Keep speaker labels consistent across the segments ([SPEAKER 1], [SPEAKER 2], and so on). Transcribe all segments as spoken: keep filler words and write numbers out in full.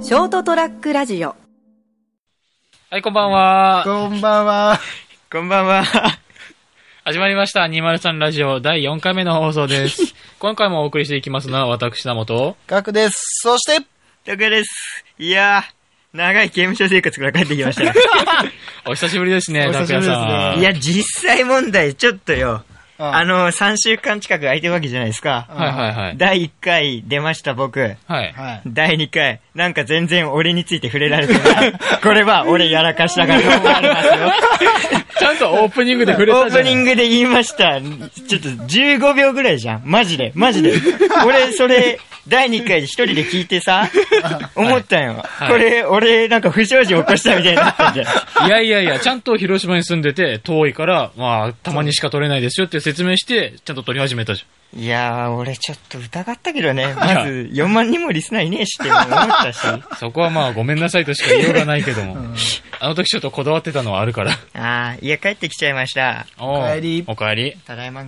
[SPEAKER 1] ショートトラックラジオ。
[SPEAKER 2] はい、こんばんは。
[SPEAKER 3] こんばんは。
[SPEAKER 4] こんばんは。
[SPEAKER 2] 始まりました。にまるさんラジオだいよんかいめの放送です。今回もお送りしていきますのは私、名本。
[SPEAKER 3] ガクです。そして、
[SPEAKER 4] タクです。いやー、長い刑務所生活から帰ってきました。
[SPEAKER 2] お久しぶりですね、タクヤさん。
[SPEAKER 4] いや、実際問題、ちょっとよ。あ, あの、さんしゅうかん近く空いてるわけじゃないですか。
[SPEAKER 2] はいはいはい。
[SPEAKER 4] だいいっかい出ました、僕。
[SPEAKER 2] はい。
[SPEAKER 4] だいにかい。なんか全然俺について触れられてない。これは俺やらかしたから思われますよ。
[SPEAKER 2] ちゃんとオープニングで触れたじゃん。
[SPEAKER 4] オープニングで言いました。ちょっとじゅうごびょうぐらいじゃん。マジで、マジで。俺、それ、だいにかいで一人で聞いてさ、思ったよ。はい、これ、俺、なんか不祥事起こしたみたいになったんじゃん。
[SPEAKER 2] いやいやいや、ちゃんと広島に住んでて、遠いから、まあ、たまにしか撮れないですよって説明して、ちゃんと撮り始めたじゃん。
[SPEAKER 4] いやー、俺ちょっと疑ったけどね。まず、よんまんにんもリスナーいねえしって思ったし。
[SPEAKER 2] そこはまあ、ごめんなさいとしか言いようがないけども。うん、あの時ちょっとこだわってたのはあるから。
[SPEAKER 4] あー、いや、帰ってきちゃいました。
[SPEAKER 2] おかえり。おかえり。
[SPEAKER 4] ただいま。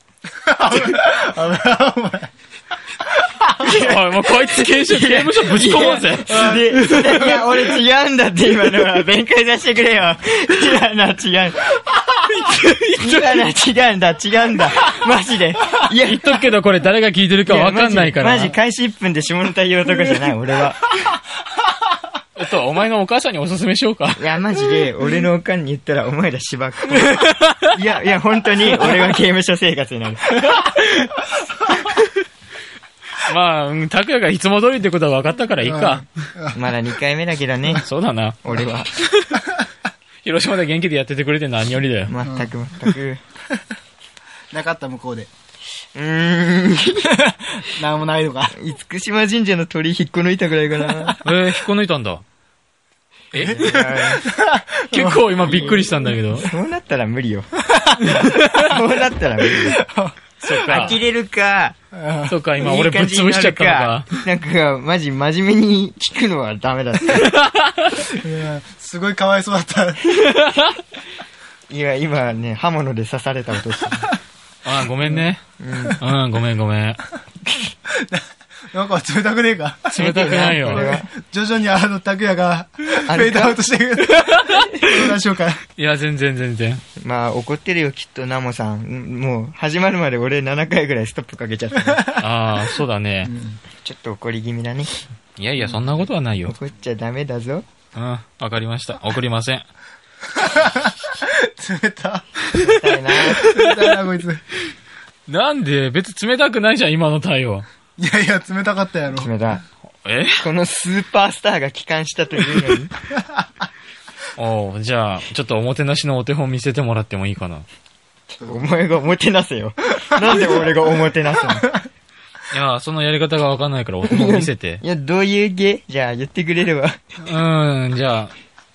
[SPEAKER 2] おい、もうこいつ刑務所ぶち込もうぜ。
[SPEAKER 4] いや、俺違うんだって今のは。弁解させてくれよ。違うな、違う。今のは違うんだ、違うんだ。マジで。
[SPEAKER 2] いや、言っとくけどこれ誰が聞いてるかわかんないから。
[SPEAKER 4] マジ、開始いっぷんで下ネタ言う男じゃない、俺は。
[SPEAKER 2] えっと、お前のお母さんにおすすめしようか。
[SPEAKER 4] いや、マジで、俺のおかんに言ったら、お前らしばく。いや、いや、本当に、俺は刑務所生活になる。
[SPEAKER 2] まあ、うん、拓也がいつも通りってことは分かったからいいか。
[SPEAKER 4] まだにかいめだけどね。
[SPEAKER 2] そうだな。
[SPEAKER 4] 俺は。
[SPEAKER 2] 広島で元気でやっててくれて何よりだよ。
[SPEAKER 4] まったくまったく。
[SPEAKER 3] なかった向こうで。
[SPEAKER 4] うーん。
[SPEAKER 3] なんもないのか。
[SPEAKER 4] 厳島神社の鳥引っこ抜いたぐらいかな。
[SPEAKER 2] えー、引っこ抜いたんだ。え結構今びっくりしたんだけど。
[SPEAKER 4] そうなったら無理よ。そうなったら無理よ。
[SPEAKER 2] そっか。
[SPEAKER 4] 呆れるか。
[SPEAKER 2] そっか、今俺ぶっ潰しちゃったのか。
[SPEAKER 4] なんか、マジ真面目に聞くのはダメだった。
[SPEAKER 3] すごいかわいそうだった。
[SPEAKER 4] いや、今ね、刃物で刺された音して。
[SPEAKER 2] ああ、ごめんね。うん、うん、ごめんごめん。
[SPEAKER 3] なんか冷たくねえか。
[SPEAKER 2] 冷たくないよ。
[SPEAKER 3] 徐々にあの、拓也が、フェードアウトしてくる。相談しようか。
[SPEAKER 2] いや、全然全然。
[SPEAKER 4] まあ、怒ってるよ、きっと、ナモさん。もう、始まるまで俺ななかいぐらいストップかけちゃった。
[SPEAKER 2] ああ、そうだね、うん。
[SPEAKER 4] ちょっと怒り気味だね。
[SPEAKER 2] いやいや、そんなことはないよ。
[SPEAKER 4] 怒っちゃダメだぞ。
[SPEAKER 2] うん、わかりました。怒りません。
[SPEAKER 3] 冷た。
[SPEAKER 4] 冷たいな。
[SPEAKER 3] 冷たいな、こいつ。
[SPEAKER 2] なんで別に冷たくないじゃん、今の対応。
[SPEAKER 3] いやいや、冷たかったやろ。
[SPEAKER 4] 冷たい。
[SPEAKER 2] え
[SPEAKER 4] このスーパースターが帰還したというのに。
[SPEAKER 2] おう、じゃあ、ちょっとおもてなしのお手本見せてもらってもいいかな。
[SPEAKER 4] お前がおもてなせよ。なんで俺がおもてなすの？
[SPEAKER 2] いや、そのやり方がわかんないからお手本見せて。
[SPEAKER 4] いや、どういう芸？じゃあ言ってくれれば。
[SPEAKER 2] うーん、じゃあ。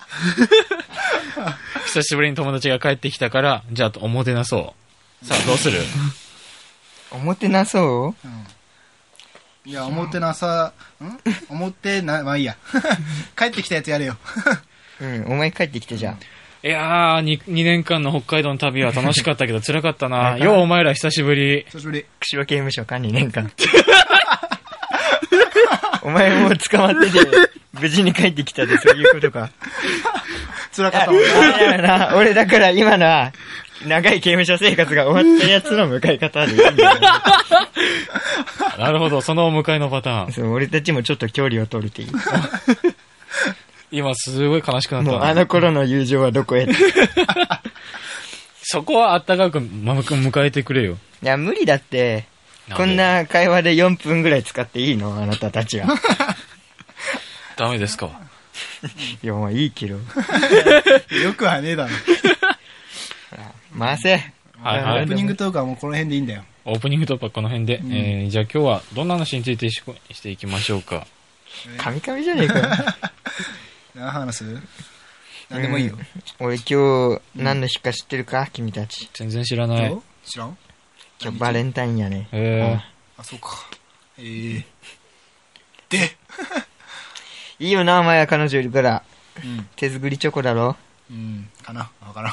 [SPEAKER 2] 久しぶりに友達が帰ってきたから、じゃあおもてなそう。さあ、どうする？
[SPEAKER 4] おもてなそう？うん、
[SPEAKER 3] いや、おもてなさ、んおもてな、まあいいや。帰ってきたやつやれよ。
[SPEAKER 4] うん、お前帰ってきてじゃん。
[SPEAKER 2] いやー、に、にねんかんの北海道の旅は楽しかったけど辛かったな。ようお前ら久しぶり。
[SPEAKER 3] 久しぶり。
[SPEAKER 4] 釧路刑務所かにねんかん。お前もう捕まってて、無事に帰ってきたで、そういうことか。
[SPEAKER 3] 辛かったもん
[SPEAKER 4] な。俺だから今のは、長い刑務所生活が終わったやつの迎え方でいいんだよ、ね。
[SPEAKER 2] なるほど、そのお迎えのパターン。
[SPEAKER 4] そう、俺たちもちょっと距離を取るっていう。
[SPEAKER 2] 今すごい悲しくなった。
[SPEAKER 4] もうあの頃の友情はどこへ
[SPEAKER 2] そこはあったかく迎えてくれよ。
[SPEAKER 4] いや、無理だって。こんな会話でよんぷんぐらい使っていいのあなたたちは。
[SPEAKER 2] ダメですか？
[SPEAKER 4] いや、まあいいけど。
[SPEAKER 3] よくはねえだろ。
[SPEAKER 4] 回せ。
[SPEAKER 2] はいはい。
[SPEAKER 3] オープニングトークはもうこの辺でいいんだよ。
[SPEAKER 2] オープニングトークはこの辺で。うん、えー、じゃあ今日はどんな話についてししていきましょうか。
[SPEAKER 4] カミカミじゃねえかよ。
[SPEAKER 3] 何話す？何でもいいよ。
[SPEAKER 4] うん、俺今日何の日か知ってるか君たち。
[SPEAKER 2] 全然知らない。
[SPEAKER 3] 知らん？
[SPEAKER 4] 今日バレンタインやね。
[SPEAKER 2] へ
[SPEAKER 3] ー。あ、そうか。えー。で
[SPEAKER 4] いいよな、お前は彼女いるから。
[SPEAKER 3] うん。
[SPEAKER 4] 手作りチョコだろ？
[SPEAKER 3] うん。かな？わからん。ちょ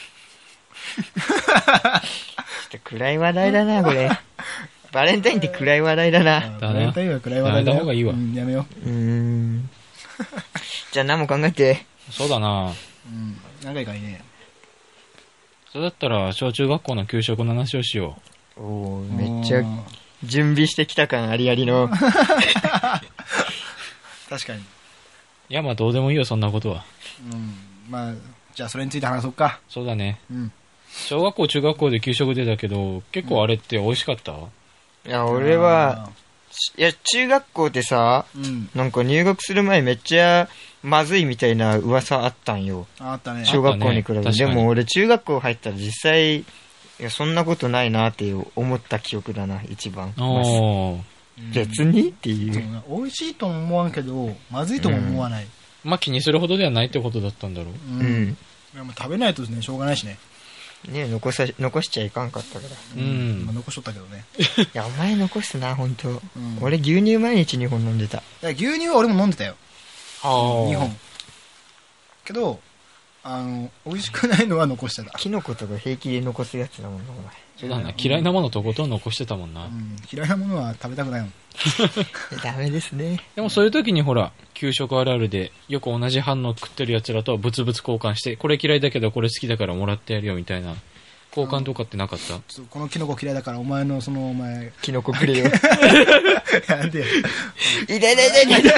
[SPEAKER 4] っと暗い話題だな、これ。バレンタインって暗い話題だな。
[SPEAKER 3] バレンタインは暗い話題だよ。
[SPEAKER 2] やめた方がいいわ。
[SPEAKER 3] うん、やめよ
[SPEAKER 4] う。うーん。 じゃあ何も考えて。
[SPEAKER 2] そうだな。
[SPEAKER 3] うん。何回かいね。
[SPEAKER 2] それだったら、小中学校の給食の話をしよ
[SPEAKER 4] おおめっちゃ準備してきた感ありありの。
[SPEAKER 3] 確かに。
[SPEAKER 2] う。いや、まあどうでもいいよ、そんなことは。
[SPEAKER 3] うん。まあ、じゃあそれについて話そうか。
[SPEAKER 2] そうだね。
[SPEAKER 3] うん。
[SPEAKER 2] 小学校、中学校で給食出たけど、結構あれって美味しかった、
[SPEAKER 4] いや、俺は、いや、中学校でさ、
[SPEAKER 3] うん。
[SPEAKER 4] なんか入学する前めっちゃまずいみたいな噂あったんよ。
[SPEAKER 3] あったね。
[SPEAKER 4] 小学校に比べて。
[SPEAKER 2] あったね確かに
[SPEAKER 4] でも俺中学校入ったら実際、いや、そんなことないなっていう思った記憶だな、一番。
[SPEAKER 2] おー。
[SPEAKER 4] 別にっていう。
[SPEAKER 3] そうね美味しいとも思わんけど、まずいとも思わない。
[SPEAKER 2] まあ気にするほどではないってことだったんだろう。
[SPEAKER 3] う。
[SPEAKER 4] うんん。
[SPEAKER 3] いや、まあ食べないとね、しょうがないしね。
[SPEAKER 4] ね残さ、残しちゃいかんかったから。
[SPEAKER 2] うん
[SPEAKER 3] まあ残しとったけどね。
[SPEAKER 4] いや、お前残すな、ほんと。
[SPEAKER 3] うん
[SPEAKER 4] 俺牛乳毎日にほん飲んでた。
[SPEAKER 3] いや牛乳は俺も飲んでたよ。
[SPEAKER 2] あー。
[SPEAKER 3] にほん。けど、あの、美味しくないのは残してた。
[SPEAKER 4] キノコとか平気で残すやつだもんな、お前。
[SPEAKER 2] そうだな。嫌いなものとことん残してたもんな。
[SPEAKER 3] うん。嫌いなものは食べたくないもん。
[SPEAKER 4] ダメですね。
[SPEAKER 2] でもそういう時にほら、給食あるあるで、よく同じ反応食ってる奴らとブツブツ交換して、これ嫌いだけどこれ好きだからもらってやるよみたいな、交換とかってなかった、
[SPEAKER 3] そうこのキノコ嫌いだからお前のそのお前、
[SPEAKER 4] キノコくれよ。
[SPEAKER 3] なんでよ。
[SPEAKER 4] いれれれれ。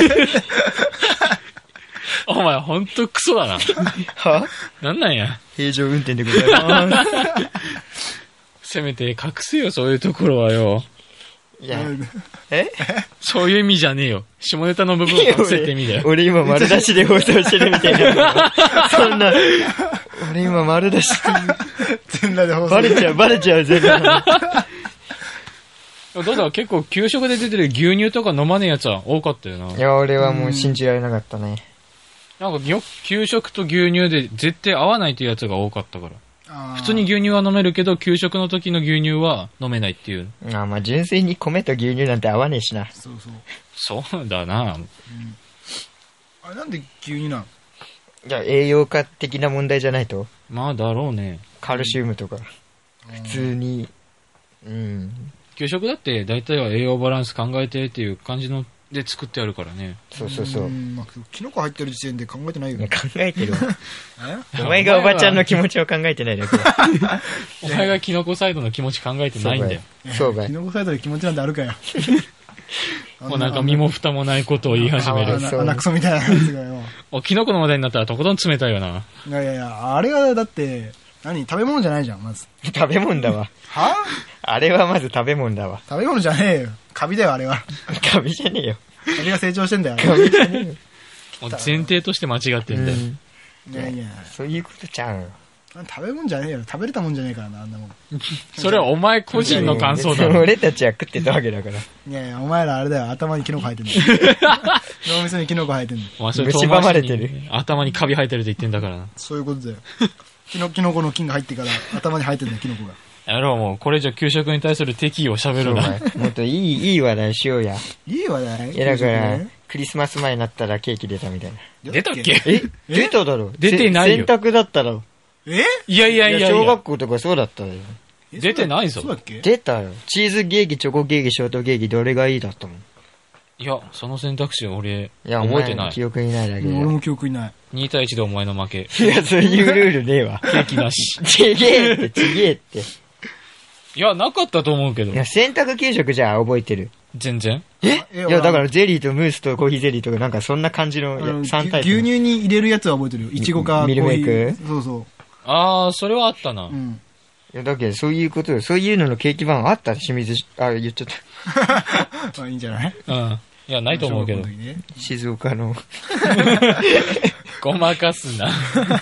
[SPEAKER 2] お前ほんとクソだな。
[SPEAKER 4] は
[SPEAKER 2] なんなんや。
[SPEAKER 4] 平常運転でございます。
[SPEAKER 2] せめて隠すよ、そういうところはよ。
[SPEAKER 4] いや、え
[SPEAKER 2] そういう意味じゃねえよ。下ネタの部分を隠せって意味だよ。
[SPEAKER 4] 俺今丸出しで放送してるみたいな。そんな、俺今丸出し。
[SPEAKER 3] 全裸で放送。
[SPEAKER 4] バレちゃう、バレちゃう、全裸。
[SPEAKER 2] どうだ、結構給食で出てる牛乳とか飲まねえやつは多かったよな。
[SPEAKER 4] いや、俺はもう信じられなかったね。
[SPEAKER 2] なんかよ給食と牛乳で絶対合わないっていうやつが多かったから。
[SPEAKER 3] あー
[SPEAKER 2] 普通に牛乳は飲めるけど、給食の時の牛乳は飲めないっていう。
[SPEAKER 4] あまあ純粋に米と牛乳なんて合わねえしな。
[SPEAKER 3] そうそう。
[SPEAKER 2] そうだな。
[SPEAKER 3] あれなんで牛乳なの？
[SPEAKER 4] いや、栄養価的な問題じゃないと。
[SPEAKER 2] まあだろうね。
[SPEAKER 4] カルシウムとか。普通に。うん。
[SPEAKER 2] 給食だって大体は栄養バランス考えてっていう感じので作ってあるからね。
[SPEAKER 4] そうそうそう。
[SPEAKER 3] んまあ、キノコ入ってる時点で考えてないよね。
[SPEAKER 4] いや考えてるわ。
[SPEAKER 3] え
[SPEAKER 4] お前がおばちゃんの気持ちを考えてないだけだ。
[SPEAKER 2] お前がキノコサイドの気持ち考えてないんだよ。
[SPEAKER 4] そうかい
[SPEAKER 3] キ。ノコサイドで気持ちなんてあるかよ。
[SPEAKER 2] もうなんか身も蓋もないことを言い始める。
[SPEAKER 3] あの穴クソみたいなやつがよ。
[SPEAKER 2] お、キノコの話題になったらとことん冷たいよな。
[SPEAKER 3] いやいやいや、あれはだって、何食べ物じゃないじゃん、まず。
[SPEAKER 4] 食べ物だわ。
[SPEAKER 3] は
[SPEAKER 4] あれはまず食べ物だわ。
[SPEAKER 3] 食べ物じゃねえよ。カビだよ、あれは。
[SPEAKER 4] カビじゃねえよ。
[SPEAKER 3] カビが成長してんだよ。
[SPEAKER 4] カビじゃねえよ。
[SPEAKER 2] もう前提として間違ってんだよ。
[SPEAKER 4] うん
[SPEAKER 3] いやいや、
[SPEAKER 4] そういうことちゃうよ。
[SPEAKER 3] 食べ物じゃねえよ。食べれたもんじゃねえからな、あんなもん。
[SPEAKER 2] それはお前個人の感想だろ。
[SPEAKER 4] 俺たちは食ってたわけだから。
[SPEAKER 3] いやいや、お前らあれだよ。頭にキノコ生えてんだよ。脳みそにキノコ生えてんだよ。
[SPEAKER 2] お前それ
[SPEAKER 4] 蝕まれてる
[SPEAKER 2] 遠回しに頭にカビ生えてるって言ってんだからな。
[SPEAKER 3] そういうことだよ。キノキノコの菌が入ってから頭に生えてんだよ、キノコが。
[SPEAKER 2] やろう、もうこれ以上給食に対する敵意を喋るな。
[SPEAKER 4] もっといい、いい話題しようや。
[SPEAKER 3] いいわね。
[SPEAKER 4] いや、だから、クリスマス前になったらケーキ出たみたいな。
[SPEAKER 2] 出たっけ？
[SPEAKER 4] え出ただろ。
[SPEAKER 2] 出てないよ
[SPEAKER 4] せ洗濯だったら。
[SPEAKER 3] え
[SPEAKER 2] いやいやいやいや。
[SPEAKER 4] 小学校とかそうだったよ。
[SPEAKER 2] 出てないぞ
[SPEAKER 3] そうだっけ？
[SPEAKER 4] 出たよ。チーズケーキ、チョコケーキ、ショートケーキ、どれがいいだったもん。
[SPEAKER 2] いや、その選択肢俺、
[SPEAKER 4] いや、
[SPEAKER 2] 覚えてない。
[SPEAKER 4] 記憶にないだけで。
[SPEAKER 3] 俺も記憶にない。
[SPEAKER 2] に対いちでお前の負け。
[SPEAKER 4] いや、そういうルールねえわ。
[SPEAKER 2] ケーキなし。
[SPEAKER 4] ちげえって、ちげえって。
[SPEAKER 2] いや、なかったと思うけど
[SPEAKER 4] い。や、選択給食じゃあ覚えてる。
[SPEAKER 2] 全然。
[SPEAKER 4] え
[SPEAKER 3] え
[SPEAKER 4] いや、だからゼリーとムースとコーヒーゼリーとかなんかそんな感じの
[SPEAKER 3] あの
[SPEAKER 4] さんタイプ。
[SPEAKER 3] 牛乳に入れるやつは覚えてるよ。いちごかコーヒー。
[SPEAKER 4] ミルメイク
[SPEAKER 3] そうそ
[SPEAKER 2] あー、それはあったな。
[SPEAKER 3] う。うん。
[SPEAKER 4] いや、だけどそういうことよ。そういうののケーキ版あった清水し、あ、言っちゃった。
[SPEAKER 3] まあいいんじゃない？
[SPEAKER 2] うん。いや、ないと思うけど
[SPEAKER 3] 小。学校の時ね
[SPEAKER 4] 静岡の。
[SPEAKER 2] ごまかすな。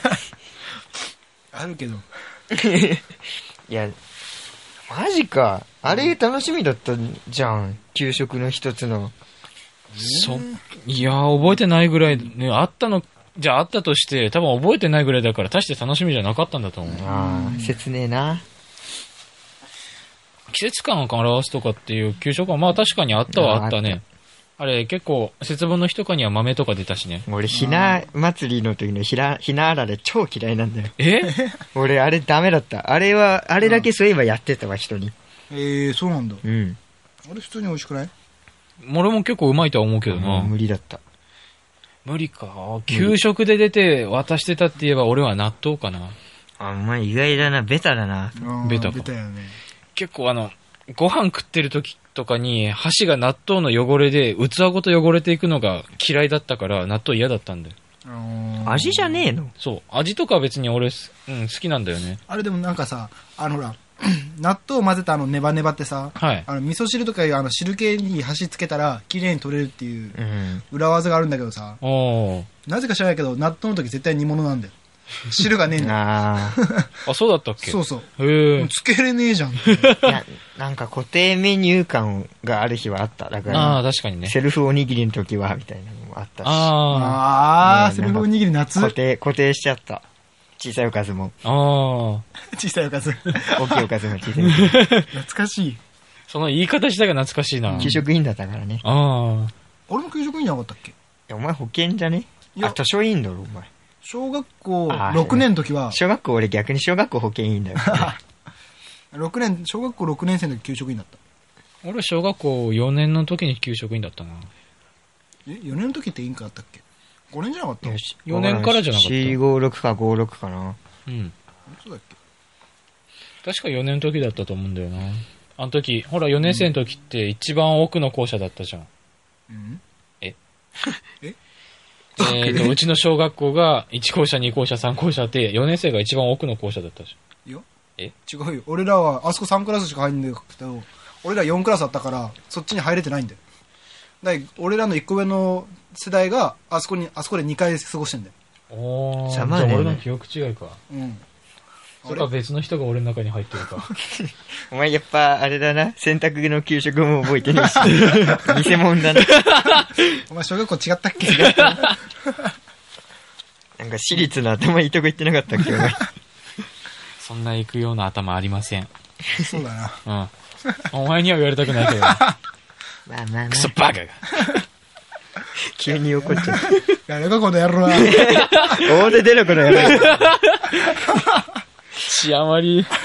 [SPEAKER 3] あるけど。
[SPEAKER 4] いや、マジか。あれ楽しみだったじゃん。給食の一つの。
[SPEAKER 2] そ、いやー、覚えてないぐらい、ね、あったの、じゃああったとして、多分覚えてないぐらいだから、大して楽しみじゃなかったんだと思う。
[SPEAKER 4] ああ、切ねえな。
[SPEAKER 2] 季節感を表すとかっていう給食は、まあ確かにあったはあったね。あれ、結構、節分の日とかには豆とか出たしね。
[SPEAKER 4] 俺、ひな祭りの時のひな、ひなあられ超嫌いなんだよ。
[SPEAKER 2] え
[SPEAKER 4] 俺、あれダメだった。あれは、あれだけそういえばやってたわ、人に。
[SPEAKER 3] えー、そうなんだ。
[SPEAKER 4] うん。
[SPEAKER 3] あれ普通に美味しくない？
[SPEAKER 2] 俺も結構うまいとは思うけど
[SPEAKER 4] もう
[SPEAKER 2] な。
[SPEAKER 4] 無理だった。
[SPEAKER 2] 無理か。給食で出て渡してたって言えば俺は納豆かな。
[SPEAKER 4] あ、お前意外だな。ベタだな。
[SPEAKER 3] うん
[SPEAKER 2] ベタか
[SPEAKER 3] ベタよね。
[SPEAKER 2] 結構あの、ご飯食ってる時とかに箸が納豆の汚れで器ごと汚れていくのが嫌いだったから納豆嫌だったんだよ。
[SPEAKER 3] あのー
[SPEAKER 4] 味じゃねえの？
[SPEAKER 2] そう。味とかは別に俺す、うん、好きなんだよね。
[SPEAKER 3] あれでもなんかさ、あのほら、納豆を混ぜたあのネバネバってさ、
[SPEAKER 2] はい。
[SPEAKER 3] あの味噌汁とかいうあの汁系に箸つけたら綺麗に取れるっていう
[SPEAKER 4] うん。
[SPEAKER 3] 裏技があるんだけどさ、
[SPEAKER 2] おー。
[SPEAKER 3] なぜか知らないけど納豆の時絶対煮物なんだよ。汁がねえんだよ。
[SPEAKER 4] あ
[SPEAKER 2] あ、そうだったっけ？
[SPEAKER 3] そうそう。
[SPEAKER 2] へえ。
[SPEAKER 3] つけれねえじゃん。
[SPEAKER 4] あ。いや、なんか固定メニュー感がある日はあった。だか
[SPEAKER 2] ああ、
[SPEAKER 4] ら、
[SPEAKER 2] 確かにね。
[SPEAKER 4] セルフおにぎりの時は、みたいなのもあったし。
[SPEAKER 2] あ
[SPEAKER 3] あー、
[SPEAKER 4] ね
[SPEAKER 3] セルフおにぎり夏。
[SPEAKER 4] 固定、固定しちゃった。小さいおかずも。
[SPEAKER 2] あ。ああ。
[SPEAKER 3] 小さいおかず。
[SPEAKER 4] 大きいおかずも小さいおかず。
[SPEAKER 3] 懐かしい。
[SPEAKER 2] その言い方したが懐かしいな。
[SPEAKER 4] 給食員だったからね。
[SPEAKER 2] ああ。
[SPEAKER 3] 俺も給食員じゃなかったっけ？
[SPEAKER 4] いやお前保健じゃね？
[SPEAKER 3] いや
[SPEAKER 4] あ、図書委員だろ、お前。
[SPEAKER 3] 小学校
[SPEAKER 4] あー
[SPEAKER 3] ろくねんの時は、
[SPEAKER 4] 小学校、俺逆に小学校保健委員だよ。
[SPEAKER 3] ろくねん、小学校ろくねん生の時給食員だった。
[SPEAKER 2] 俺小学校よねんの時に給食員だったな。
[SPEAKER 3] え、よねんの時って委員会あったっけ？ ご 年じゃなかった？
[SPEAKER 4] よし
[SPEAKER 2] よねんからじゃなかった
[SPEAKER 4] よんごろくかごろくかな。
[SPEAKER 2] うん。
[SPEAKER 3] そうだっけ？
[SPEAKER 2] 確かよねんの時だったと思うんだよな。あの時、ほらよねん生の時って一番奥の校舎だったじゃん。
[SPEAKER 3] うん
[SPEAKER 2] え
[SPEAKER 3] え
[SPEAKER 2] えーと、うちの小学校がいち校舎、に校舎、さん校舎ってよねん生が一番奥の校舎だったじ
[SPEAKER 3] いや
[SPEAKER 2] え
[SPEAKER 3] 違うよ。俺らは、あそこさんクラスしか入んないけど、俺らよんクラスあったから、そっちに入れてないんだよ。だから俺らのいっこ上の世代が、あそこに、あそこでにかい過ごしてんだよ。
[SPEAKER 2] ゃん。おー。じゃあ
[SPEAKER 4] 様ね
[SPEAKER 2] 俺の記憶違いか。
[SPEAKER 3] うん。
[SPEAKER 2] それか別の人が俺の中に入ってるか。
[SPEAKER 4] お前やっぱ、あれだな。洗濯の給食も覚えてねえし。偽物だな。
[SPEAKER 3] お前小学校違ったっけ？
[SPEAKER 4] なんか私立の頭いいとこ行ってなかったっけ、お前。
[SPEAKER 2] そんな行くような頭ありません。
[SPEAKER 3] そうだな。
[SPEAKER 2] うん。お前には言われたくないけどな。
[SPEAKER 4] まあまあまあ
[SPEAKER 2] ク。ソバカが。
[SPEAKER 4] 急に怒っちゃう。
[SPEAKER 3] 誰かこの野郎は。
[SPEAKER 4] 大手出ろ、この野郎。
[SPEAKER 2] 血余り。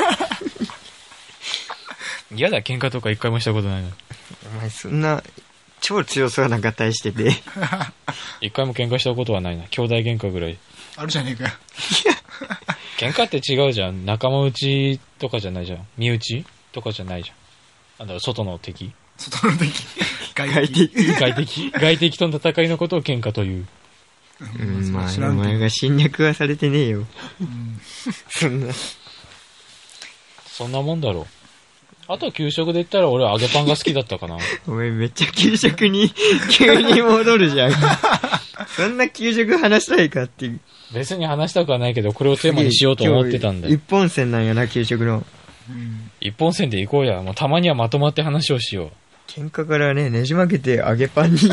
[SPEAKER 2] 嫌だ、喧嘩とか一回もしたことないの。
[SPEAKER 4] お前そんな、超強そうな合体してて。
[SPEAKER 2] 一回も喧嘩したことはないな。兄弟喧嘩ぐらい。
[SPEAKER 3] あるじゃねえかよ。
[SPEAKER 2] 喧嘩って違うじゃん。仲間内とかじゃないじゃん。身内とかじゃないじゃん。なんだろう、外の敵。
[SPEAKER 3] 外の敵。外
[SPEAKER 4] 外
[SPEAKER 3] 敵。
[SPEAKER 4] 敵。
[SPEAKER 2] 外敵。外敵との戦いのことを喧嘩という。
[SPEAKER 4] うん、まあ、お
[SPEAKER 3] 知らんけど
[SPEAKER 4] 前が侵略はされてねえよ。
[SPEAKER 3] うん
[SPEAKER 4] そんな。
[SPEAKER 2] そんなもんだろう。あと給食で言ったら俺揚げパンが好きだったかな。
[SPEAKER 4] お前めっちゃ給食に急に戻るじゃん。そんな給食話したいかっていう。
[SPEAKER 2] 別に話したくはないけど、これをテーマにしようと思ってたんだよ。
[SPEAKER 4] 一本線なんやな、給食の。
[SPEAKER 3] うん
[SPEAKER 2] 一本線で行こうや。もうたまにはまとまって話をしよう。
[SPEAKER 4] 喧嘩からね、ねじ曲げて揚げパンに。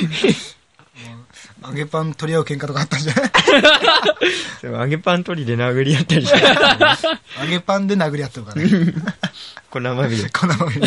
[SPEAKER 3] 揚げパン取り合う喧嘩とかあったんじゃない？
[SPEAKER 4] そう揚げパン取りで殴り合ったりして。
[SPEAKER 3] 揚げパンで殴り合ってるからね。
[SPEAKER 4] 粉まみれ。
[SPEAKER 3] このままに。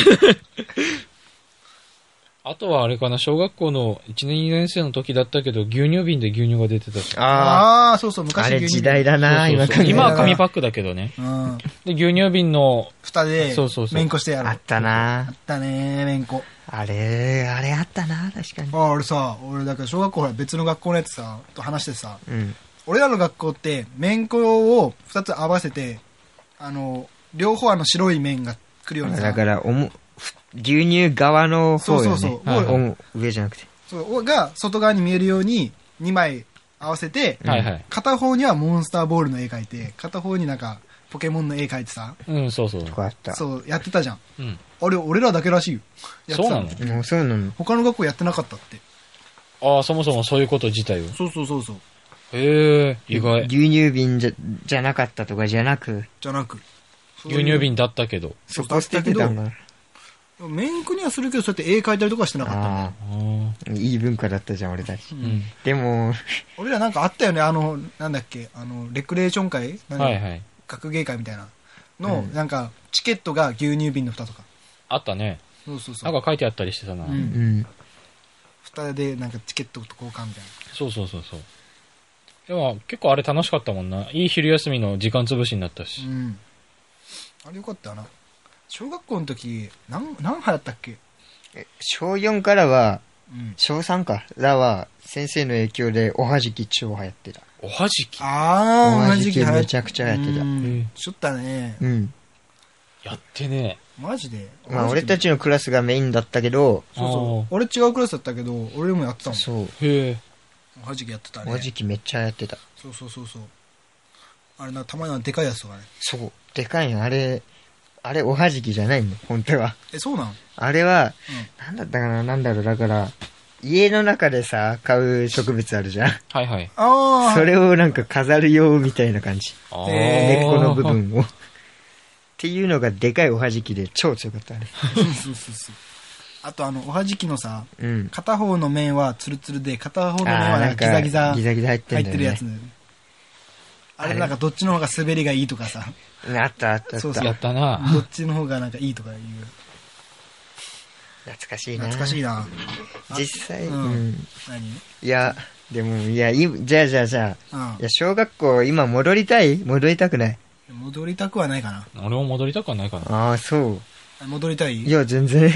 [SPEAKER 2] あとはあれかな、小学校のいちねんにねん生の時だったけど、牛乳瓶で牛乳が出てたし。
[SPEAKER 4] あ
[SPEAKER 3] ああ、そうそう、
[SPEAKER 4] あ、
[SPEAKER 3] 昔
[SPEAKER 4] あれ時代だな、
[SPEAKER 2] そうそうそう
[SPEAKER 4] 今考え
[SPEAKER 2] 今は
[SPEAKER 4] たら
[SPEAKER 2] 紙パックだけどね。
[SPEAKER 3] うん。
[SPEAKER 2] で、牛乳瓶の、
[SPEAKER 3] 蓋で
[SPEAKER 2] そうそう、そう
[SPEAKER 3] めんこしてやる。
[SPEAKER 4] あった
[SPEAKER 3] あ
[SPEAKER 4] な。
[SPEAKER 3] ったね、めんこ。
[SPEAKER 4] あれ、あれあったな、確かに。
[SPEAKER 3] ああ、俺さ、俺だから小学校ほら別の学校のやつさ、と話してさ、
[SPEAKER 4] うん。
[SPEAKER 3] 俺らの学校って、めんこを二つ合わせて、あの、両方あの白い麺が来るようにさ、
[SPEAKER 4] だから、おも、牛乳側の方よね。
[SPEAKER 3] そうそうそう
[SPEAKER 2] はいはい
[SPEAKER 4] おも上じゃなくて。
[SPEAKER 3] そうが外側に見えるようににまい合わせて、
[SPEAKER 2] はいはい。
[SPEAKER 3] 片方にはモンスターボールの絵描いて、片方になんかポケモンの絵描いてさ、
[SPEAKER 2] うん、そうそう。
[SPEAKER 4] とかあった。
[SPEAKER 3] そうやってたじゃん。
[SPEAKER 2] うん。
[SPEAKER 3] あれ、俺らだけらしいよ。やってた
[SPEAKER 2] そうなの
[SPEAKER 4] もうそういうの。
[SPEAKER 3] 他の学校やってなかったって。
[SPEAKER 2] ああ、そもそもそういうこと自体を。
[SPEAKER 3] そうそうそうそう。
[SPEAKER 2] へえ、意外。
[SPEAKER 4] 牛乳瓶じゃ、じゃなかったとかじゃなく、
[SPEAKER 3] じゃなく。
[SPEAKER 2] 牛乳瓶だったけど。
[SPEAKER 4] そこ捨ててたんだ。
[SPEAKER 3] メンクにはするけど、そうやって絵描いたりとかはしてなかったんだよ。
[SPEAKER 4] あ
[SPEAKER 2] あ
[SPEAKER 4] あ、いい文化だったじゃん、俺たち。
[SPEAKER 3] う
[SPEAKER 2] あ。うんん。
[SPEAKER 4] でも、
[SPEAKER 3] 俺らなんかあったよね、あの、なんだっけ、あの、レクレーション会何
[SPEAKER 2] はいはい。
[SPEAKER 3] 学芸会みたいなの、
[SPEAKER 4] うん
[SPEAKER 3] なんか、チケットが牛乳瓶の蓋とか。
[SPEAKER 2] あったね。
[SPEAKER 3] そうそうそう。
[SPEAKER 2] なんか書いてあったりしてたな。
[SPEAKER 3] うん
[SPEAKER 4] うん。
[SPEAKER 3] 蓋でなんかチケットと交換みたいな。
[SPEAKER 2] そうそうそうそう。でも結構あれ楽しかったもんな。いい昼休みの時間潰しになったし。
[SPEAKER 3] うん。あれよかったよな。小学校の時、何、何流行ったっけ？
[SPEAKER 4] 小よんからは、
[SPEAKER 3] うん。
[SPEAKER 4] 小さんか。らは、先生の影響でおはじき超流行ってた。
[SPEAKER 2] おはじき
[SPEAKER 3] あー、
[SPEAKER 4] おは
[SPEAKER 3] 同じ時期
[SPEAKER 4] じきめちゃくちゃ流行ってた。
[SPEAKER 3] う
[SPEAKER 2] うん
[SPEAKER 3] ん。しょったね。
[SPEAKER 4] うん。
[SPEAKER 2] やってね
[SPEAKER 3] マジで。
[SPEAKER 4] まあ俺たちのクラスがメインだったけど、
[SPEAKER 3] そうそう。
[SPEAKER 2] あー
[SPEAKER 3] 俺違うクラスだったけど、俺もやってたもん。
[SPEAKER 4] そう。
[SPEAKER 2] へえ。
[SPEAKER 3] おはじきやってたね。
[SPEAKER 4] おはじきめっちゃ流行ってた。
[SPEAKER 3] そうそうそうそう。あれな、たまにはでかいやつとかね。
[SPEAKER 4] そう。でかいの。あれ、あれおはじきじゃないの、本当は。
[SPEAKER 3] え、そうなん
[SPEAKER 4] あれは、
[SPEAKER 3] う
[SPEAKER 4] なんだったかな、なんだろう、だから、家の中でさ、買う植物あるじゃん。
[SPEAKER 2] はいはい。
[SPEAKER 3] ああ。
[SPEAKER 4] それをなんか飾るよ、みたいな感じ。
[SPEAKER 2] あー
[SPEAKER 3] え
[SPEAKER 4] 根っこの部分を。っていうのがでかいおはじきで超強かった、あれ。
[SPEAKER 3] そうそうそうそう。あとあの、おはじきのさ、
[SPEAKER 4] うん。
[SPEAKER 3] 片方の面はツルツルで、片方の面
[SPEAKER 4] あー
[SPEAKER 3] はなんかギザギザ
[SPEAKER 4] ギザギザ入ってんだよね。
[SPEAKER 3] 入ってるやつ。あれなんかどっちの方が滑りがいいとかさ、
[SPEAKER 4] うんあったあったあった。
[SPEAKER 3] そうそう
[SPEAKER 2] やったな。
[SPEAKER 3] どっちの方がなんかいいとかいう。
[SPEAKER 4] 懐かしいな。
[SPEAKER 3] 懐かしいな。
[SPEAKER 4] 実際、
[SPEAKER 3] う
[SPEAKER 4] うんん。
[SPEAKER 3] 何
[SPEAKER 4] いや、でも、いや、いじゃあじゃあじゃあ、
[SPEAKER 3] うん
[SPEAKER 4] いや、小学校今戻りたい戻りたくない
[SPEAKER 3] 戻りたくはないかな。
[SPEAKER 2] 俺も戻りたくはないかな。
[SPEAKER 4] ああ、そう。
[SPEAKER 3] 戻りたい
[SPEAKER 4] いや、全然。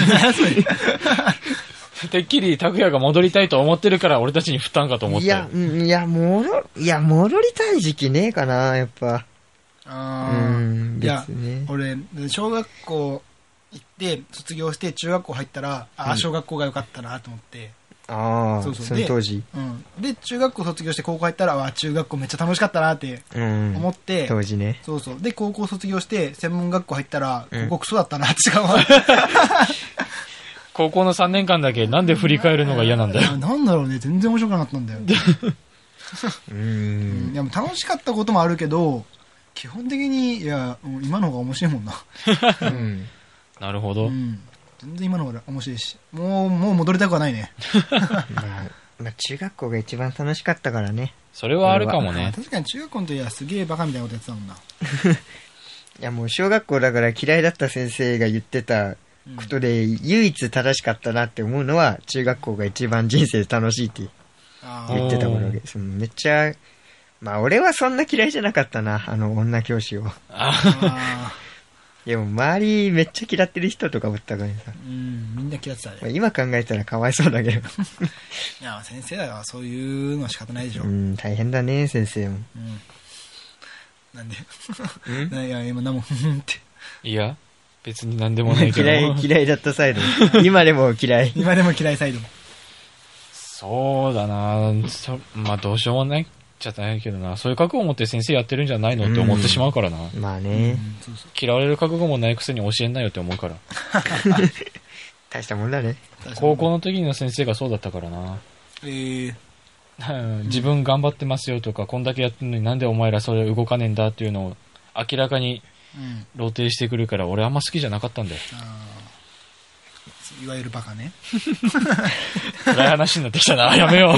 [SPEAKER 2] てっきり拓也が戻りたいと思ってるから俺たちに負担かと思ったよ
[SPEAKER 4] いや、。うんいや、戻、いや、戻りたい時期ねえかな、やっぱ。
[SPEAKER 3] あ
[SPEAKER 4] う
[SPEAKER 3] ー
[SPEAKER 4] ん、
[SPEAKER 3] いや
[SPEAKER 4] 別にね。
[SPEAKER 3] 俺、小学校行って、卒業して中学校入ったら、ああ、小学校が良かったなと思って。
[SPEAKER 4] ああ、
[SPEAKER 3] そうそう
[SPEAKER 4] その当時。
[SPEAKER 3] うん。で、中学校卒業して高校入ったら、ああ、中学校めっちゃ楽しかったなって
[SPEAKER 4] うん。
[SPEAKER 3] 思って、
[SPEAKER 4] 当時ね。
[SPEAKER 3] そうそう。で、高校卒業して、専門学校入ったら、
[SPEAKER 4] うん
[SPEAKER 3] ここクソだったなってしか思わない。
[SPEAKER 2] 高校のさんねんかんだけなんで振り返るのが嫌なんだよ。
[SPEAKER 3] なんだろうね、全然面白くなかったんだよ。
[SPEAKER 4] う
[SPEAKER 3] うん
[SPEAKER 4] ん。
[SPEAKER 3] いや、もう楽しかったこともあるけど、基本的に、いや、もう今の方が面白いもんな。
[SPEAKER 4] うん。
[SPEAKER 2] なるほど。
[SPEAKER 3] うん。全然今の方が面白いし。もう、もう戻りたくはないね。
[SPEAKER 4] まあ、まあ、中学校が一番楽しかったからね。
[SPEAKER 2] それはあるかも
[SPEAKER 3] あ
[SPEAKER 2] ね。
[SPEAKER 3] 確かに中学校の時はすげえバカみたいなことやってたもんな。
[SPEAKER 4] いや、もう小学校だから嫌いだった先生が言ってたことで、唯一正しかったなって思うのは、中学校が一番人生楽しいって
[SPEAKER 3] あ
[SPEAKER 4] 言ってた頃で、そのめっちゃ、まあ俺はそんな嫌いじゃなかったな、あの女教師を。
[SPEAKER 3] あ
[SPEAKER 4] でも周りめっちゃ嫌ってる人とかおったからさ。
[SPEAKER 3] ー。うん、みんな嫌ってたね。
[SPEAKER 4] まあ今考えたらかわいそうだけど。
[SPEAKER 3] いや、先生だからそういうのは仕方ないでしょ。
[SPEAKER 4] う
[SPEAKER 3] うん。
[SPEAKER 4] ん、大変だね、先生も。
[SPEAKER 3] なんで
[SPEAKER 4] ん
[SPEAKER 3] いや、今、なんも、ふんって。
[SPEAKER 2] いや、別になんでもないけど。
[SPEAKER 4] 嫌い、嫌いだったサイド。今でも嫌い。
[SPEAKER 3] 今でも嫌いサイド。
[SPEAKER 2] そうだなそまあどうしようもないっちゃないけどな。そういう覚悟を持って先生やってるんじゃないのって思ってしまうからな。
[SPEAKER 4] まあ
[SPEAKER 3] う
[SPEAKER 4] ね、
[SPEAKER 3] ん、そうそう。
[SPEAKER 2] 嫌われる覚悟もないくせに教えんなよって思うから。
[SPEAKER 4] 大したもんだね。
[SPEAKER 2] 高校の時の先生がそうだったからな。
[SPEAKER 3] えー、
[SPEAKER 2] うん自分頑張ってますよとか、こんだけやってるのになんでお前らそれ動かねえんだっていうのを明らかに
[SPEAKER 3] うん。
[SPEAKER 2] 露呈してくるから、俺あんま好きじゃなかったんだよ。
[SPEAKER 3] あーいわゆるバカね。
[SPEAKER 2] 暗い話になってきたな。やめよう。
[SPEAKER 4] ほ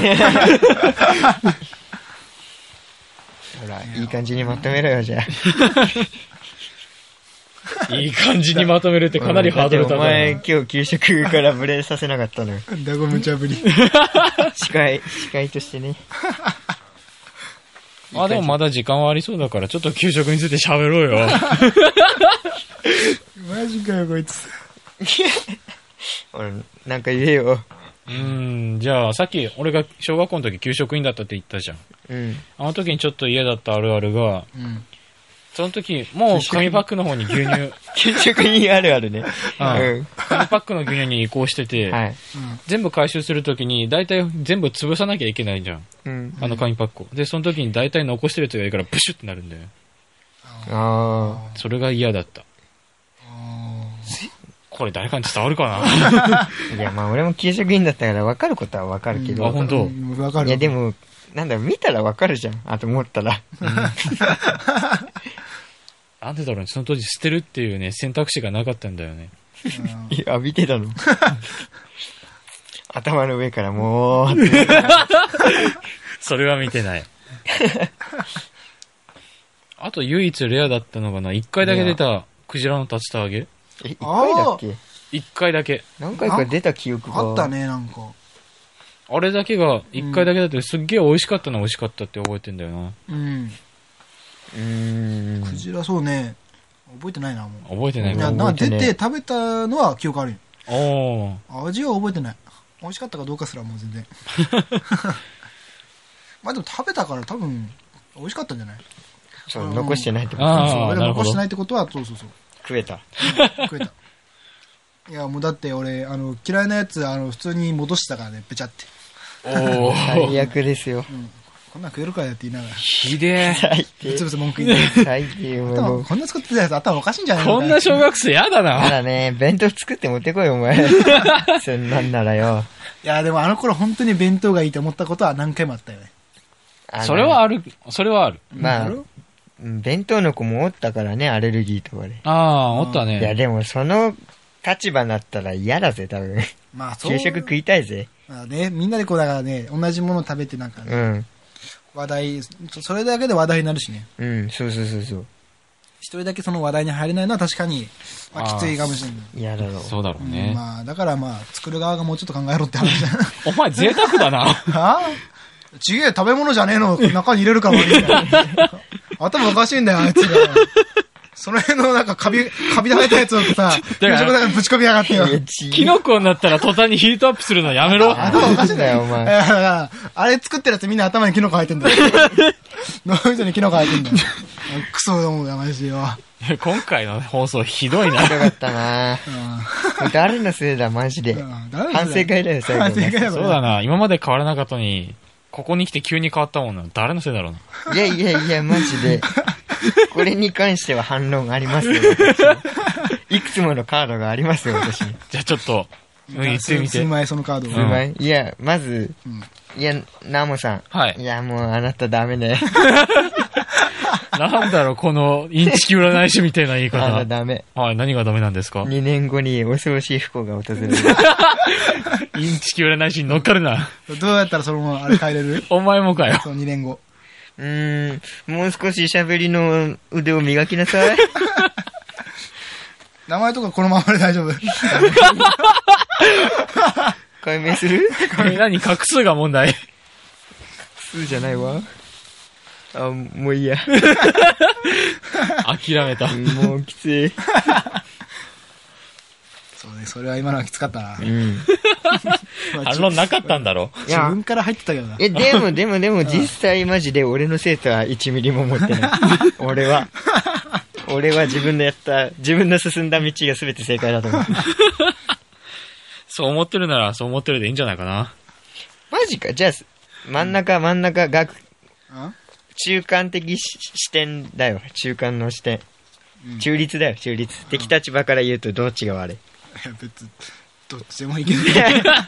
[SPEAKER 4] ら、いい感じにまとめろよ、じゃあ。
[SPEAKER 2] いい感じにまとめるってかなりハードル高
[SPEAKER 4] だってお前
[SPEAKER 2] いな。
[SPEAKER 4] 今日給食からブレさせなかったのよ。
[SPEAKER 3] ダゴムチャぶり。
[SPEAKER 4] 司会、司会としてね。
[SPEAKER 2] あ、でもまだ時間はありそうだから、ちょっと給食について喋ろうよ。
[SPEAKER 3] マジかよ、こいつ。
[SPEAKER 4] 俺、なんか言えよ。
[SPEAKER 2] うーん、じゃあさっき俺が小学校の時給食員だったって言ったじゃん。
[SPEAKER 4] うん。
[SPEAKER 2] あの時にちょっと嫌だったあるあるが、
[SPEAKER 3] うん。
[SPEAKER 2] その時、もう紙パックの方に牛乳、
[SPEAKER 4] 給食にあるあるね。
[SPEAKER 2] うん紙パックの牛乳に移行してて、
[SPEAKER 4] はい。
[SPEAKER 2] 全部回収する時に大体全部潰さなきゃいけないじゃん。
[SPEAKER 4] うん。
[SPEAKER 2] あの紙パックを。で、その時に大体残してるやつがいるからブシュってなるんだよ。
[SPEAKER 4] あ
[SPEAKER 2] それが嫌だった。
[SPEAKER 3] あ
[SPEAKER 2] これ誰かに伝わるかな
[SPEAKER 4] あ。いや、まあ俺も給食員だったから分かることは分かるけど。
[SPEAKER 2] あほんと
[SPEAKER 3] うんわかる。
[SPEAKER 4] いや、でも、なんだろう、見たら分かるじゃん。あと思ったら。
[SPEAKER 2] なんでだろうね。その当時捨てるっていうね、選択肢がなかったんだよね。
[SPEAKER 3] うん
[SPEAKER 4] いや、見てたの。頭の上からもう、
[SPEAKER 2] それは見てない。あと唯一レアだったのがな、一回だけ出たクジラの竜田揚げ
[SPEAKER 4] え、一回だっけ
[SPEAKER 2] 一回だけ。
[SPEAKER 4] 何回か出た記憶が。
[SPEAKER 3] あった。ね、なんか。
[SPEAKER 2] あれだけが一回だけだってすっげえ美味しかったのは美味しかったって覚えてんだよな。
[SPEAKER 3] うん。
[SPEAKER 4] うーん。
[SPEAKER 3] クジラそうね。覚えてないな、もう。
[SPEAKER 2] 覚えてない
[SPEAKER 3] いや、
[SPEAKER 2] もん。
[SPEAKER 3] なんか出
[SPEAKER 4] 覚えてね
[SPEAKER 3] て食べたのは記憶あるよ。
[SPEAKER 2] おー。
[SPEAKER 3] 味は覚えてない。 美味しかったかどうかすらもう全然。まあでも食べたから多分、美味しかったんじゃない？
[SPEAKER 4] そう、残してないってこ
[SPEAKER 2] あー
[SPEAKER 3] そうそう。だから
[SPEAKER 2] なるほど
[SPEAKER 3] 残してないってことは、そうそうそう。
[SPEAKER 4] 食えた。
[SPEAKER 3] 食えた。いや、もうだって俺、あの、嫌いなやつ、あの、普通に戻してたからね、べちゃって。
[SPEAKER 2] お
[SPEAKER 4] 最
[SPEAKER 2] ー。
[SPEAKER 4] 悪ですよ。
[SPEAKER 3] うん。こんなん食えるかやって言いながら、
[SPEAKER 2] ひで
[SPEAKER 4] 最低
[SPEAKER 3] ぶつ。ぶつ文句言って。
[SPEAKER 4] 最低もう。
[SPEAKER 3] 頭こんな作ってたやつ頭おかしいんじゃ
[SPEAKER 2] え。
[SPEAKER 3] ないの
[SPEAKER 2] こんな小学生やだ
[SPEAKER 4] ま
[SPEAKER 2] な。
[SPEAKER 4] だね、弁当作って持ってこいよ、お前。そんなんならよ。
[SPEAKER 3] いや、でもあの頃本当に弁当がいいと思ったことは何回もあったよね。
[SPEAKER 4] あの
[SPEAKER 2] それはある、それはある。
[SPEAKER 4] まあ
[SPEAKER 3] ある、
[SPEAKER 4] うん弁当の子もおったからね、アレルギーとかで。
[SPEAKER 2] ああ、おった
[SPEAKER 4] いや、
[SPEAKER 2] ね。
[SPEAKER 4] でもその立場になったら嫌だぜ、多分。
[SPEAKER 3] まあそう。
[SPEAKER 4] 給食食いたいぜ。
[SPEAKER 3] まあね、みんなでこうだからね、同じもの食べてなんかね、
[SPEAKER 4] うん。
[SPEAKER 3] 話題、そそれだけで話題になるしね。
[SPEAKER 4] うん、そうそうそうそう。
[SPEAKER 3] 一人だけその話題に入れないのは確かに、まあ、
[SPEAKER 2] あー
[SPEAKER 3] きついかもしれない。
[SPEAKER 4] 嫌だろう。
[SPEAKER 2] そうだろう
[SPEAKER 3] うん
[SPEAKER 2] ね。
[SPEAKER 3] まあ、だからまあ、作る側がもうちょっと考えろって話だな。
[SPEAKER 2] お前贅沢だな。
[SPEAKER 3] はあちげえ、食べ物じゃねえの、中に入れるから悪いんだよ。頭おかしいんだよ、あいつが。その辺のなんかカビ、カビ生えたやつをさ、給食だからぶち込みやがってよ。
[SPEAKER 4] いや、ち
[SPEAKER 2] キノコになったら途端にヒートアップするのやめろ。
[SPEAKER 3] 頭おかしいんだよ、
[SPEAKER 4] お前
[SPEAKER 3] いやだからあれ作ってるやつみんな頭にキノコ生えてんだよ。脳みそにキノコ生えてんだよ。クソだもんや、マジでよ。
[SPEAKER 2] 今回の放送ひどいな。
[SPEAKER 4] ひどかったな誰のせいだ、マジで。
[SPEAKER 3] うん誰のせいだ
[SPEAKER 4] 反省会だよ、最後
[SPEAKER 3] 反省会だよ
[SPEAKER 2] そうだな。今まで変わらなかったのに、ここに来て急に変わったもんな。誰のせいだろうな。
[SPEAKER 4] いやいやいや、マジで。これに関しては反論ありますよ、私もいくつものカードがありますよ、私に。
[SPEAKER 2] じゃあちょっと、うん、言ってみて。
[SPEAKER 3] すんまい、そのカードを。
[SPEAKER 2] うん
[SPEAKER 4] うまい。いや、まず、
[SPEAKER 3] うん
[SPEAKER 4] いや、ナモさん。
[SPEAKER 2] はい
[SPEAKER 4] いや、もうあなたダメね。
[SPEAKER 2] なんだろう、この、インチキ占い師みたいな言い
[SPEAKER 4] あなた
[SPEAKER 2] 方。
[SPEAKER 4] ダメ。
[SPEAKER 2] はい、何がダメなんですか？
[SPEAKER 4] にねんごに恐ろしい不幸が訪れる。
[SPEAKER 2] インチキ占い師に乗っかるな。
[SPEAKER 3] どうやったらそのままあれ変えれる
[SPEAKER 2] お前もかよ。
[SPEAKER 3] そのにねんご。
[SPEAKER 4] うーん、もう少し喋りの腕を磨きなさい。
[SPEAKER 3] 名前とかこのままで大丈夫。
[SPEAKER 4] 解明する
[SPEAKER 2] え何画数が問題。
[SPEAKER 4] 数じゃないわ。あ、もういいや。
[SPEAKER 2] 諦めた。
[SPEAKER 4] もうきつい。
[SPEAKER 3] そうね、それは今のはきつかったな。
[SPEAKER 4] うん。
[SPEAKER 2] 反論なかったんだろ。
[SPEAKER 3] 自分から入ってたけどな。
[SPEAKER 4] え、でもでもでも実際マジで俺の生徒はいちミリも持ってない。俺は。俺は自分のやった、自分の進んだ道が全て正解だと思う。
[SPEAKER 2] そう思ってるなら、そう思ってるでいいんじゃないかな。
[SPEAKER 4] マジか。じゃあ、真ん中真ん中学、
[SPEAKER 3] あ
[SPEAKER 4] 中間的し視点だよ。中間の視点。
[SPEAKER 3] うん
[SPEAKER 4] 中立だよ、中立。敵立場から言うとどっちが悪い。
[SPEAKER 3] いや、別に、どっちでもいいけど。
[SPEAKER 4] い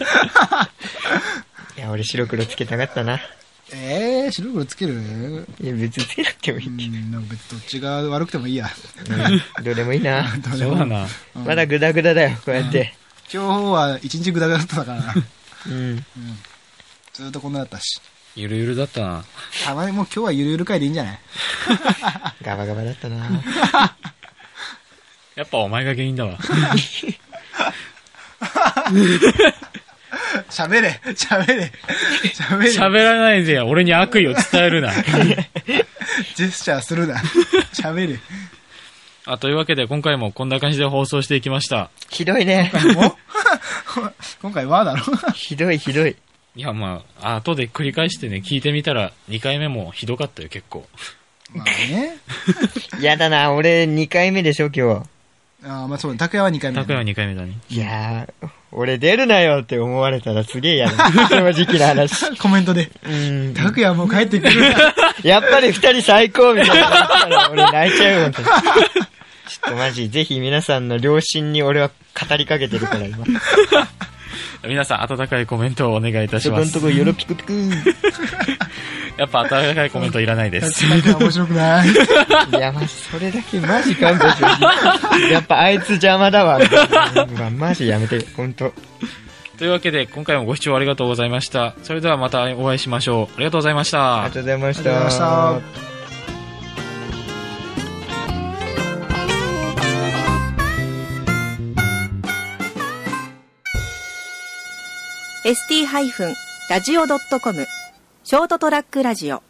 [SPEAKER 4] や、俺白黒つけたかったな。
[SPEAKER 3] えー、白黒つける
[SPEAKER 4] いや、別につけなくてもいいけ
[SPEAKER 3] うん、なんか別にどっちが悪くてもいいや。
[SPEAKER 4] ど。うん、どれもいいな。
[SPEAKER 3] どうでも
[SPEAKER 2] そうだな。
[SPEAKER 3] うん
[SPEAKER 4] まだグダグダだよ、こうやって。
[SPEAKER 3] 今日は一日グダグダだったからな。
[SPEAKER 4] うん。
[SPEAKER 3] ずっとこんなだったし。
[SPEAKER 2] ゆるゆるだったな。
[SPEAKER 3] たまにもう今日はゆるゆる回でいいんじゃない
[SPEAKER 4] ガバガバだったな。
[SPEAKER 2] やっぱお前が原因だわ。
[SPEAKER 3] 喋れ喋れ喋れ
[SPEAKER 2] 喋らないで俺に悪意を伝えるな。
[SPEAKER 3] ジェスチャーするな。喋れ。
[SPEAKER 2] あ、というわけで今回もこんな感じで放送していきました。
[SPEAKER 4] ひどいね。
[SPEAKER 3] もう今回はだろ
[SPEAKER 4] ひどいひどい。
[SPEAKER 2] いや、まあ、後で繰り返してね、聞いてみたらにかいめもひどかったよ、結構。
[SPEAKER 3] まあね。
[SPEAKER 4] やだな、俺にかいめでしょ、今
[SPEAKER 3] ああ、まあそうだ、拓也はにかいめだね。
[SPEAKER 2] 拓也はにかいめだね。
[SPEAKER 4] 日。いやー、俺出るなよって思われたらすげえやだ。正直な話。
[SPEAKER 3] コメントで。
[SPEAKER 4] うん。
[SPEAKER 3] 拓也はもう帰ってくるな。
[SPEAKER 4] やっぱり二人最高みたいなの言ったら俺泣いちゃうよ、本当に。ちょっとマジ、ぜひ皆さんの両親に俺は語りかけてるから、今。
[SPEAKER 2] 皆さん、温かいコメントをお願いいたします
[SPEAKER 4] そこんと。こよろぴくぴく。
[SPEAKER 2] やっぱ温かいコメントいらないです。
[SPEAKER 3] 拓也面白くない。
[SPEAKER 4] いや、マジ、それだけマジ勘弁してほしい。やっぱあいつ邪魔だわ。うわマジやめて、ほんと。
[SPEAKER 2] というわけで、今回もご視聴ありがとうございました。それではまたお会いしましょう。ありがとうございました
[SPEAKER 4] ありが。とうございまし
[SPEAKER 3] ありがとうござい
[SPEAKER 4] た
[SPEAKER 3] ま。した。
[SPEAKER 1] エスティー ラジオ ドットコム ショートトラックラジオ